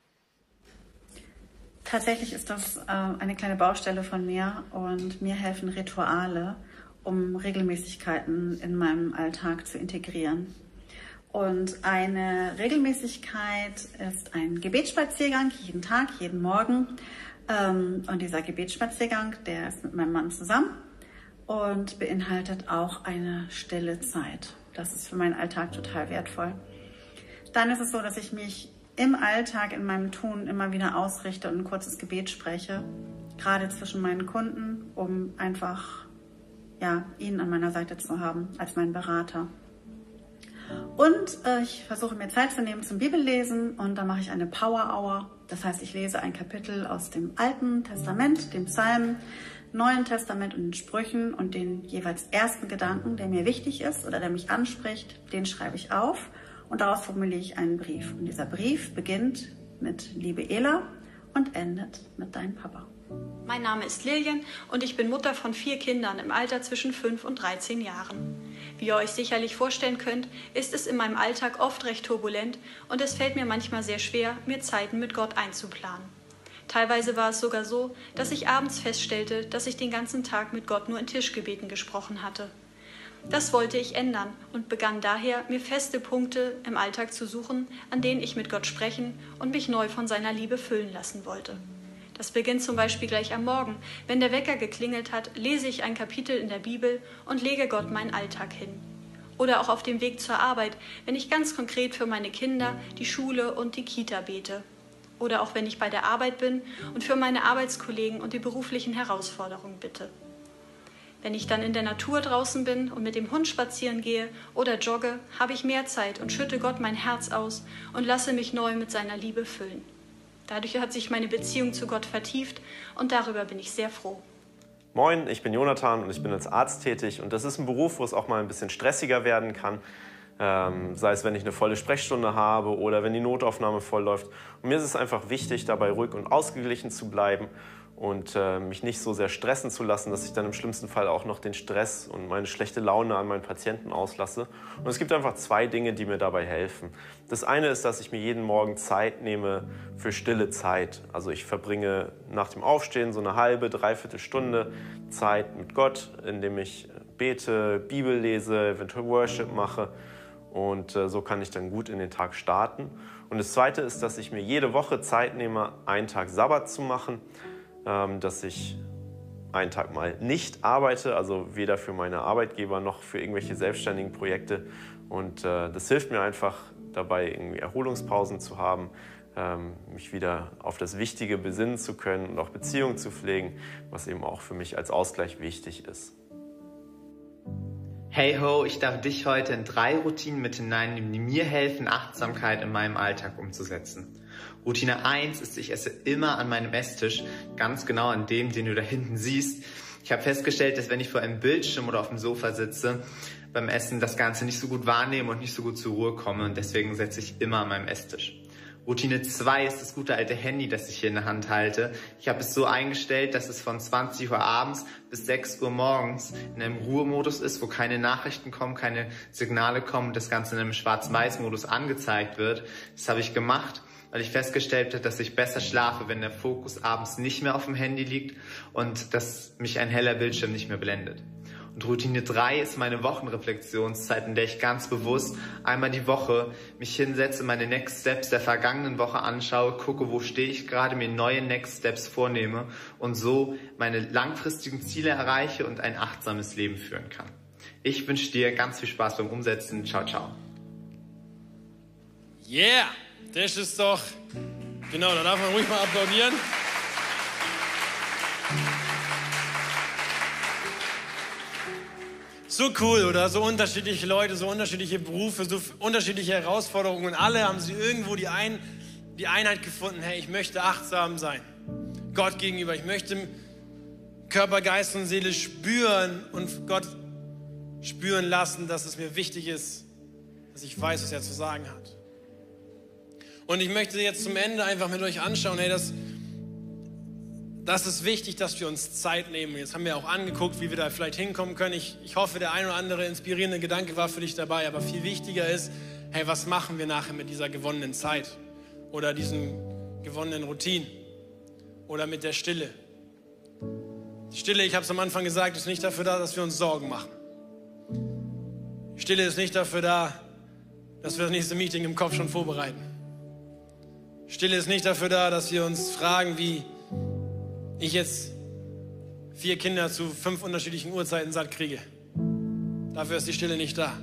Tatsächlich ist das eine kleine Baustelle von mir und mir helfen Rituale, um Regelmäßigkeiten in meinem Alltag zu integrieren. Und eine Regelmäßigkeit ist ein Gebetsspaziergang, jeden Tag, jeden Morgen. Und dieser Gebetsspaziergang, der ist mit meinem Mann zusammen und beinhaltet auch eine stille Zeit. Das ist für meinen Alltag total wertvoll. Dann ist es so, dass ich mich im Alltag, in meinem Tun immer wieder ausrichte und ein kurzes Gebet spreche, gerade zwischen meinen Kunden, um einfach ihn an meiner Seite zu haben als meinen Berater. Und ich versuche mir Zeit zu nehmen zum Bibellesen und da mache ich eine Power Hour. Das heißt, ich lese ein Kapitel aus dem Alten Testament, dem Psalmen, Neuen Testament und den Sprüchen und den jeweils ersten Gedanken, der mir wichtig ist oder der mich anspricht, den schreibe ich auf und daraus formuliere ich einen Brief. Und dieser Brief beginnt mit Liebe Ela und endet mit deinem Papa. Mein Name ist Lilian und ich bin Mutter von 4 Kindern im Alter zwischen 5 und 13 Jahren. Wie ihr euch sicherlich vorstellen könnt, ist es in meinem Alltag oft recht turbulent und es fällt mir manchmal sehr schwer, mir Zeiten mit Gott einzuplanen. Teilweise war es sogar so, dass ich abends feststellte, dass ich den ganzen Tag mit Gott nur in Tischgebeten gesprochen hatte. Das wollte ich ändern und begann daher, mir feste Punkte im Alltag zu suchen, an denen ich mit Gott sprechen und mich neu von seiner Liebe füllen lassen wollte. Das beginnt zum Beispiel gleich am Morgen. Wenn der Wecker geklingelt hat, lese ich ein Kapitel in der Bibel und lege Gott meinen Alltag hin. Oder auch auf dem Weg zur Arbeit, wenn ich ganz konkret für meine Kinder, die Schule und die Kita bete. Oder auch wenn ich bei der Arbeit bin und für meine Arbeitskollegen und die beruflichen Herausforderungen bitte. Wenn ich dann in der Natur draußen bin und mit dem Hund spazieren gehe oder jogge, habe ich mehr Zeit und schütte Gott mein Herz aus und lasse mich neu mit seiner Liebe füllen. Dadurch hat sich meine Beziehung zu Gott vertieft und darüber bin ich sehr froh. Moin, ich bin Jonathan und ich bin als Arzt tätig und das ist ein Beruf, wo es auch mal ein bisschen stressiger werden kann. Sei es, wenn ich eine volle Sprechstunde habe oder wenn die Notaufnahme voll läuft. Und mir ist es einfach wichtig, dabei ruhig und ausgeglichen zu bleiben und mich nicht so sehr stressen zu lassen, dass ich dann im schlimmsten Fall auch noch den Stress und meine schlechte Laune an meinen Patienten auslasse. Und es gibt einfach 2 Dinge, die mir dabei helfen. Das eine ist, dass ich mir jeden Morgen Zeit nehme für stille Zeit. Also ich verbringe nach dem Aufstehen so eine halbe, dreiviertel Stunde Zeit mit Gott, indem ich bete, Bibel lese, eventuell Worship mache. Und so kann ich dann gut in den Tag starten. Und das Zweite ist, dass ich mir jede Woche Zeit nehme, einen Tag Sabbat zu machen, dass ich einen Tag mal nicht arbeite, also weder für meine Arbeitgeber noch für irgendwelche selbstständigen Projekte. Und das hilft mir einfach dabei, irgendwie Erholungspausen zu haben, mich wieder auf das Wichtige besinnen zu können und auch Beziehungen zu pflegen, was eben auch für mich als Ausgleich wichtig ist. Hey ho, ich darf dich heute in 3 Routinen mit hineinnehmen, die mir helfen, Achtsamkeit in meinem Alltag umzusetzen. Routine 1 ist, ich esse immer an meinem Esstisch, ganz genau an dem, den du da hinten siehst. Ich habe festgestellt, dass wenn ich vor einem Bildschirm oder auf dem Sofa sitze, beim Essen das Ganze nicht so gut wahrnehme und nicht so gut zur Ruhe komme und deswegen setze ich immer an meinem Esstisch. Routine 2 ist das gute alte Handy, das ich hier in der Hand halte. Ich habe es so eingestellt, dass es von 20 Uhr abends bis 6 Uhr morgens in einem Ruhemodus ist, wo keine Nachrichten kommen, keine Signale kommen und das Ganze in einem Schwarz-Weiß-Modus angezeigt wird. Das habe ich gemacht, weil ich festgestellt habe, dass ich besser schlafe, wenn der Fokus abends nicht mehr auf dem Handy liegt und dass mich ein heller Bildschirm nicht mehr blendet. Und Routine 3 ist meine Wochenreflexionszeit, in der ich ganz bewusst einmal die Woche mich hinsetze, meine Next Steps der vergangenen Woche anschaue, gucke, wo stehe ich gerade, mir neue Next Steps vornehme und so meine langfristigen Ziele erreiche und ein achtsames Leben führen kann. Ich wünsche dir ganz viel Spaß beim Umsetzen. Ciao, ciao. Yeah, das ist doch, genau, da darf man ruhig mal applaudieren. So cool, oder? So unterschiedliche Leute, so unterschiedliche Berufe, so unterschiedliche Herausforderungen. Und alle haben sie irgendwo die Einheit gefunden. Hey, ich möchte achtsam sein. Gott gegenüber. Ich möchte Körper, Geist und Seele spüren und Gott spüren lassen, dass es mir wichtig ist, dass ich weiß, was er zu sagen hat. Und ich möchte jetzt zum Ende einfach mit euch anschauen, hey, das ist wichtig, dass wir uns Zeit nehmen. Jetzt haben wir auch angeguckt, wie wir da vielleicht hinkommen können. Ich hoffe, der ein oder andere inspirierende Gedanke war für dich dabei. Aber viel wichtiger ist, hey, was machen wir nachher mit dieser gewonnenen Zeit? Oder diesen gewonnenen Routinen? Oder mit der Stille? Die Stille, ich habe es am Anfang gesagt, ist nicht dafür da, dass wir uns Sorgen machen. Die Stille ist nicht dafür da, dass wir das nächste Meeting im Kopf schon vorbereiten. Stille ist nicht dafür da, dass wir uns fragen, wie ich jetzt 4 Kinder zu 5 unterschiedlichen Uhrzeiten satt kriege. Dafür ist die Stille nicht da.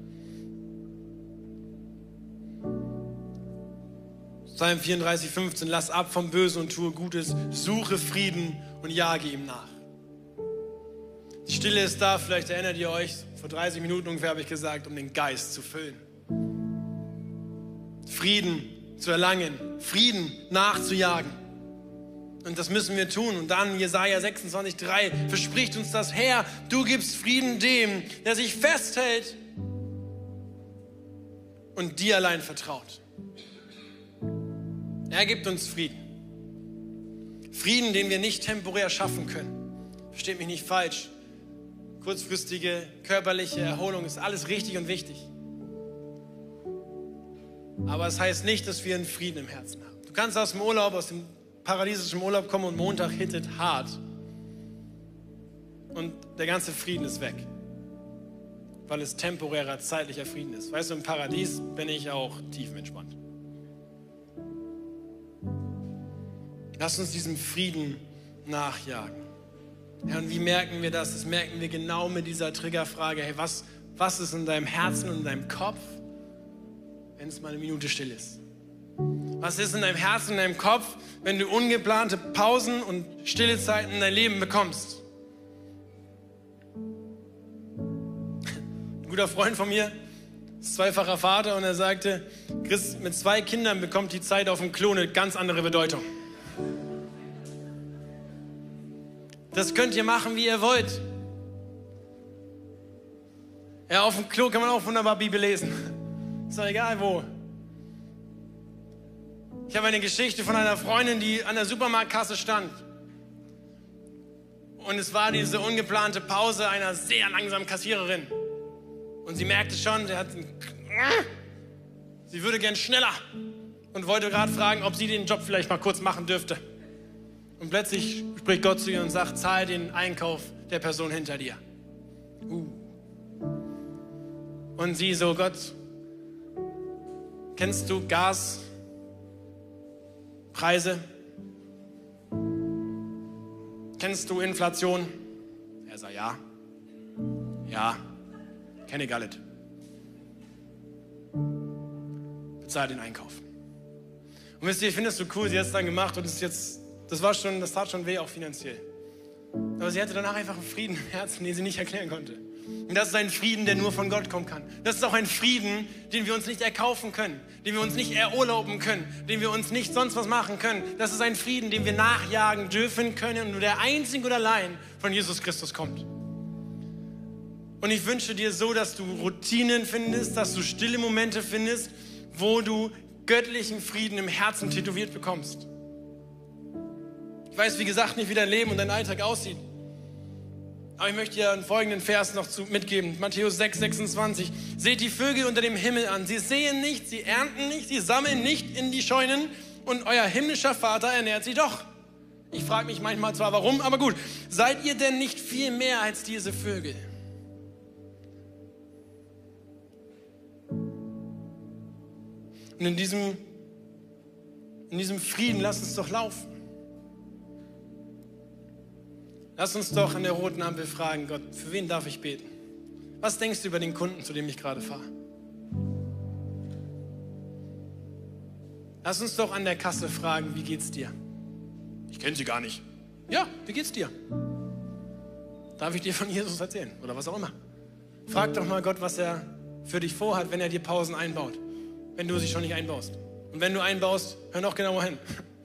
Psalm 34,15, lass ab vom Bösen und tue Gutes, suche Frieden und jage ihm nach. Die Stille ist da, vielleicht erinnert ihr euch, vor 30 Minuten ungefähr habe ich gesagt, um den Geist zu füllen. Frieden zu erlangen, Frieden nachzujagen. Und das müssen wir tun. Und dann Jesaja 26,3 verspricht uns das: Herr, du gibst Frieden dem, der sich festhält und dir allein vertraut. Er gibt uns Frieden. Frieden, den wir nicht temporär schaffen können. Versteht mich nicht falsch. Kurzfristige körperliche Erholung ist alles richtig und wichtig. Aber es heißt nicht, dass wir einen Frieden im Herzen haben. Du kannst aus dem Urlaub, aus dem paradiesischen Urlaub kommen und Montag hittet hart. Und der ganze Frieden ist weg. Weil es temporärer, zeitlicher Frieden ist. Weißt du, im Paradies bin ich auch tiefenentspannt. Lass uns diesem Frieden nachjagen. Ja, und wie merken wir das? Das merken wir genau mit dieser Triggerfrage. Hey, was ist in deinem Herzen und in deinem Kopf, wenn es mal eine Minute still ist? Was ist in deinem Herzen, in deinem Kopf, wenn du ungeplante Pausen und stille Zeiten in dein Leben bekommst? Ein guter Freund von mir ist zweifacher Vater und er sagte, Chris, mit 2 Kindern bekommt die Zeit auf dem Klo eine ganz andere Bedeutung. Das könnt ihr machen, wie ihr wollt. Ja, auf dem Klo kann man auch wunderbar Bibel lesen. Ist doch egal wo. Ich habe eine Geschichte von einer Freundin, die an der Supermarktkasse stand. Und es war diese ungeplante Pause einer sehr langsamen Kassiererin. Und sie merkte schon, sie würde gern schneller und wollte gerade fragen, ob sie den Job vielleicht mal kurz machen dürfte. Und plötzlich spricht Gott zu ihr und sagt, zahl den Einkauf der Person hinter dir. Und sie so, Gott, kennst du Gaspreise? Kennst du Inflation? Er sagt, ja. Ja, kenne ich alles. Bezahl den Einkauf. Und wisst ihr, ich finde das so cool, sie hat es dann gemacht und das tat schon weh, auch finanziell. Aber sie hatte danach einfach einen Frieden im Herzen, den sie nicht erklären konnte. Und das ist ein Frieden, der nur von Gott kommen kann. Das ist auch ein Frieden, den wir uns nicht erkaufen können, den wir uns nicht erurlauben können, den wir uns nicht sonst was machen können. Das ist ein Frieden, den wir nachjagen dürfen können und nur der einzig und allein von Jesus Christus kommt. Und ich wünsche dir so, dass du Routinen findest, dass du stille Momente findest, wo du göttlichen Frieden im Herzen tätowiert bekommst. Ich weiß, wie gesagt, nicht, wie dein Leben und dein Alltag aussieht. Aber ich möchte dir einen folgenden Vers noch mitgeben. Matthäus 6, 26. Seht die Vögel unter dem Himmel an. Sie säen nicht, sie ernten nicht, sie sammeln nicht in die Scheunen und euer himmlischer Vater ernährt sie doch. Ich frage mich manchmal zwar warum, aber gut. Seid ihr denn nicht viel mehr als diese Vögel? Und in diesem Frieden, lass uns doch laufen. Lass uns doch an der roten Ampel fragen, Gott, für wen darf ich beten? Was denkst du über den Kunden, zu dem ich gerade fahre? Lass uns doch an der Kasse fragen, wie geht's dir? Ich kenne sie gar nicht. Ja, wie geht's dir? Darf ich dir von Jesus erzählen? Oder was auch immer. Frag doch mal Gott, was er für dich vorhat, wenn er dir Pausen einbaut. Wenn du sie schon nicht einbaust. Und wenn du einbaust, hör noch genauer hin.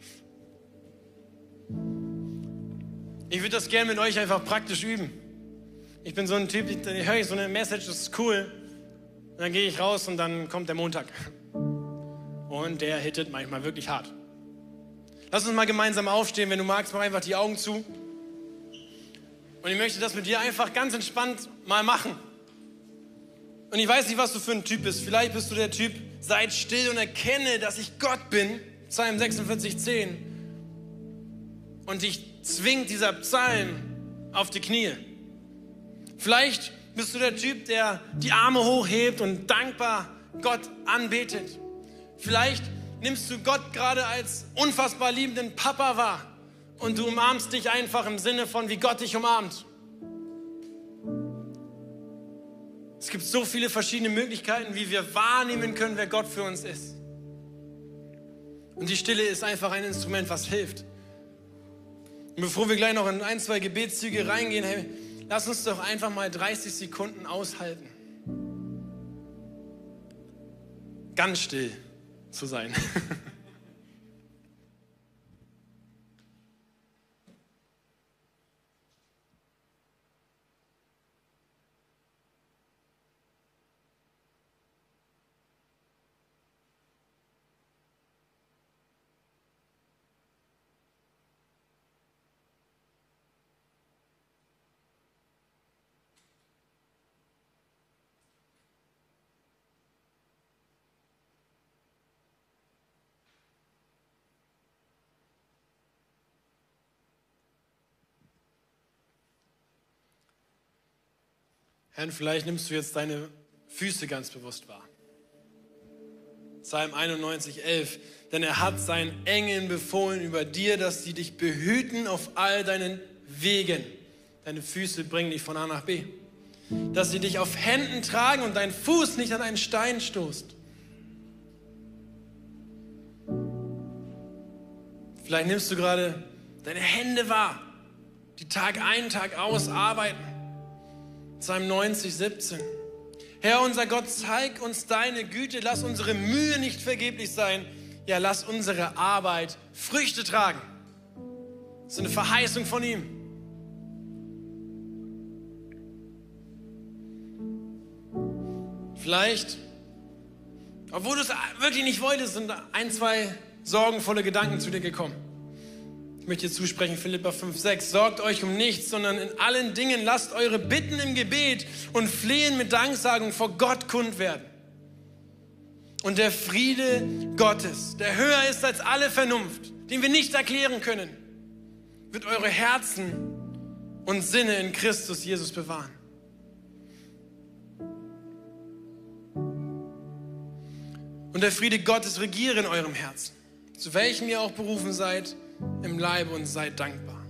Ich würde das gerne mit euch einfach praktisch üben. Ich bin so ein Typ, dann höre ich so eine Message, das ist cool. Und dann gehe ich raus und dann kommt der Montag. Und der hittet manchmal wirklich hart. Lass uns mal gemeinsam aufstehen, wenn du magst, mach einfach die Augen zu. Und ich möchte das mit dir einfach ganz entspannt mal machen. Und ich weiß nicht, was du für ein Typ bist. Vielleicht bist du der Typ, seid still und erkenne, dass ich Gott bin. Psalm 46,10. Und dich zwingt dieser Psalm auf die Knie. Vielleicht bist du der Typ, der die Arme hochhebt und dankbar Gott anbetet. Vielleicht nimmst du Gott gerade als unfassbar liebenden Papa wahr und du umarmst dich einfach im Sinne von, wie Gott dich umarmt. Es gibt so viele verschiedene Möglichkeiten, wie wir wahrnehmen können, wer Gott für uns ist. Und die Stille ist einfach ein Instrument, was hilft. Und bevor wir gleich noch in 1, 2 Gebetszüge reingehen, hey, lass uns doch einfach mal 30 Sekunden aushalten. Ganz still zu sein. Herr, vielleicht nimmst du jetzt deine Füße ganz bewusst wahr. Psalm 91,11. Denn er hat seinen Engeln befohlen über dir, dass sie dich behüten auf all deinen Wegen. Deine Füße bringen dich von A nach B. Dass sie dich auf Händen tragen und dein Fuß nicht an einen Stein stoßt. Vielleicht nimmst du gerade deine Hände wahr, die Tag ein, Tag aus arbeiten. Psalm 90,17. Herr, unser Gott, zeig uns deine Güte, lass unsere Mühe nicht vergeblich sein. Ja, lass unsere Arbeit Früchte tragen. Das ist eine Verheißung von ihm. Vielleicht, obwohl du es wirklich nicht wolltest, sind 1, 2 sorgenvolle Gedanken zu dir gekommen. Ich möchte dir zusprechen, Philipper 5,6. Sorgt euch um nichts, sondern in allen Dingen lasst eure Bitten im Gebet und Flehen mit Danksagung vor Gott kund werden. Und der Friede Gottes, der höher ist als alle Vernunft, den wir nicht erklären können, wird eure Herzen und Sinne in Christus Jesus bewahren. Und der Friede Gottes regiere in eurem Herzen, zu welchem ihr auch berufen seid, im Leibe, und seid dankbar.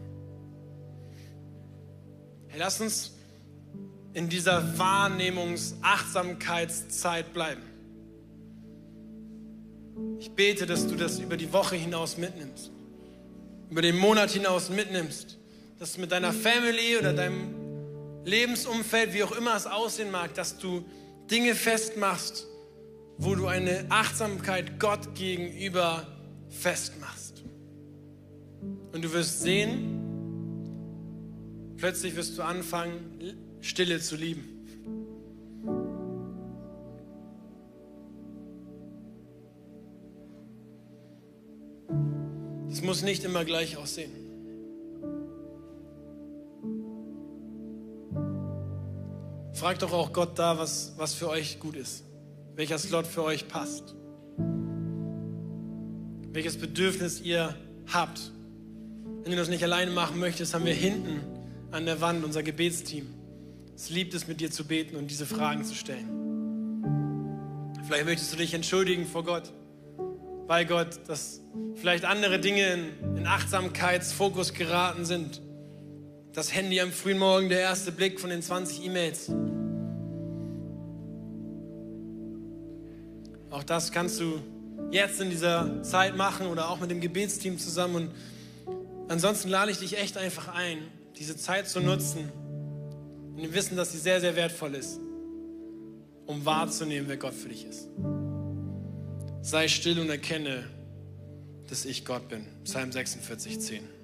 Hey, lasst uns in dieser Wahrnehmungs-Achtsamkeitszeit bleiben. Ich bete, dass du das über die Woche hinaus mitnimmst, über den Monat hinaus mitnimmst, dass du mit deiner Family oder deinem Lebensumfeld, wie auch immer es aussehen mag, dass du Dinge festmachst, wo du eine Achtsamkeit Gott gegenüber festmachst. Und du wirst sehen, plötzlich wirst du anfangen, Stille zu lieben. Es muss nicht immer gleich aussehen. Fragt doch auch Gott da, was für euch gut ist. Welcher Slot für euch passt. Welches Bedürfnis ihr habt. Wenn du das nicht alleine machen möchtest, haben wir hinten an der Wand unser Gebetsteam. Es liebt es, mit dir zu beten und diese Fragen zu stellen. Vielleicht möchtest du dich entschuldigen vor Gott, bei Gott, dass vielleicht andere Dinge in Achtsamkeitsfokus geraten sind. Das Handy am frühen Morgen, der erste Blick von den 20 E-Mails. Auch das kannst du jetzt in dieser Zeit machen oder auch mit dem Gebetsteam zusammen. Und ansonsten lade ich dich echt einfach ein, diese Zeit zu nutzen, in dem Wissen, dass sie sehr, sehr wertvoll ist, um wahrzunehmen, wer Gott für dich ist. Sei still und erkenne, dass ich Gott bin. Psalm 46, 10.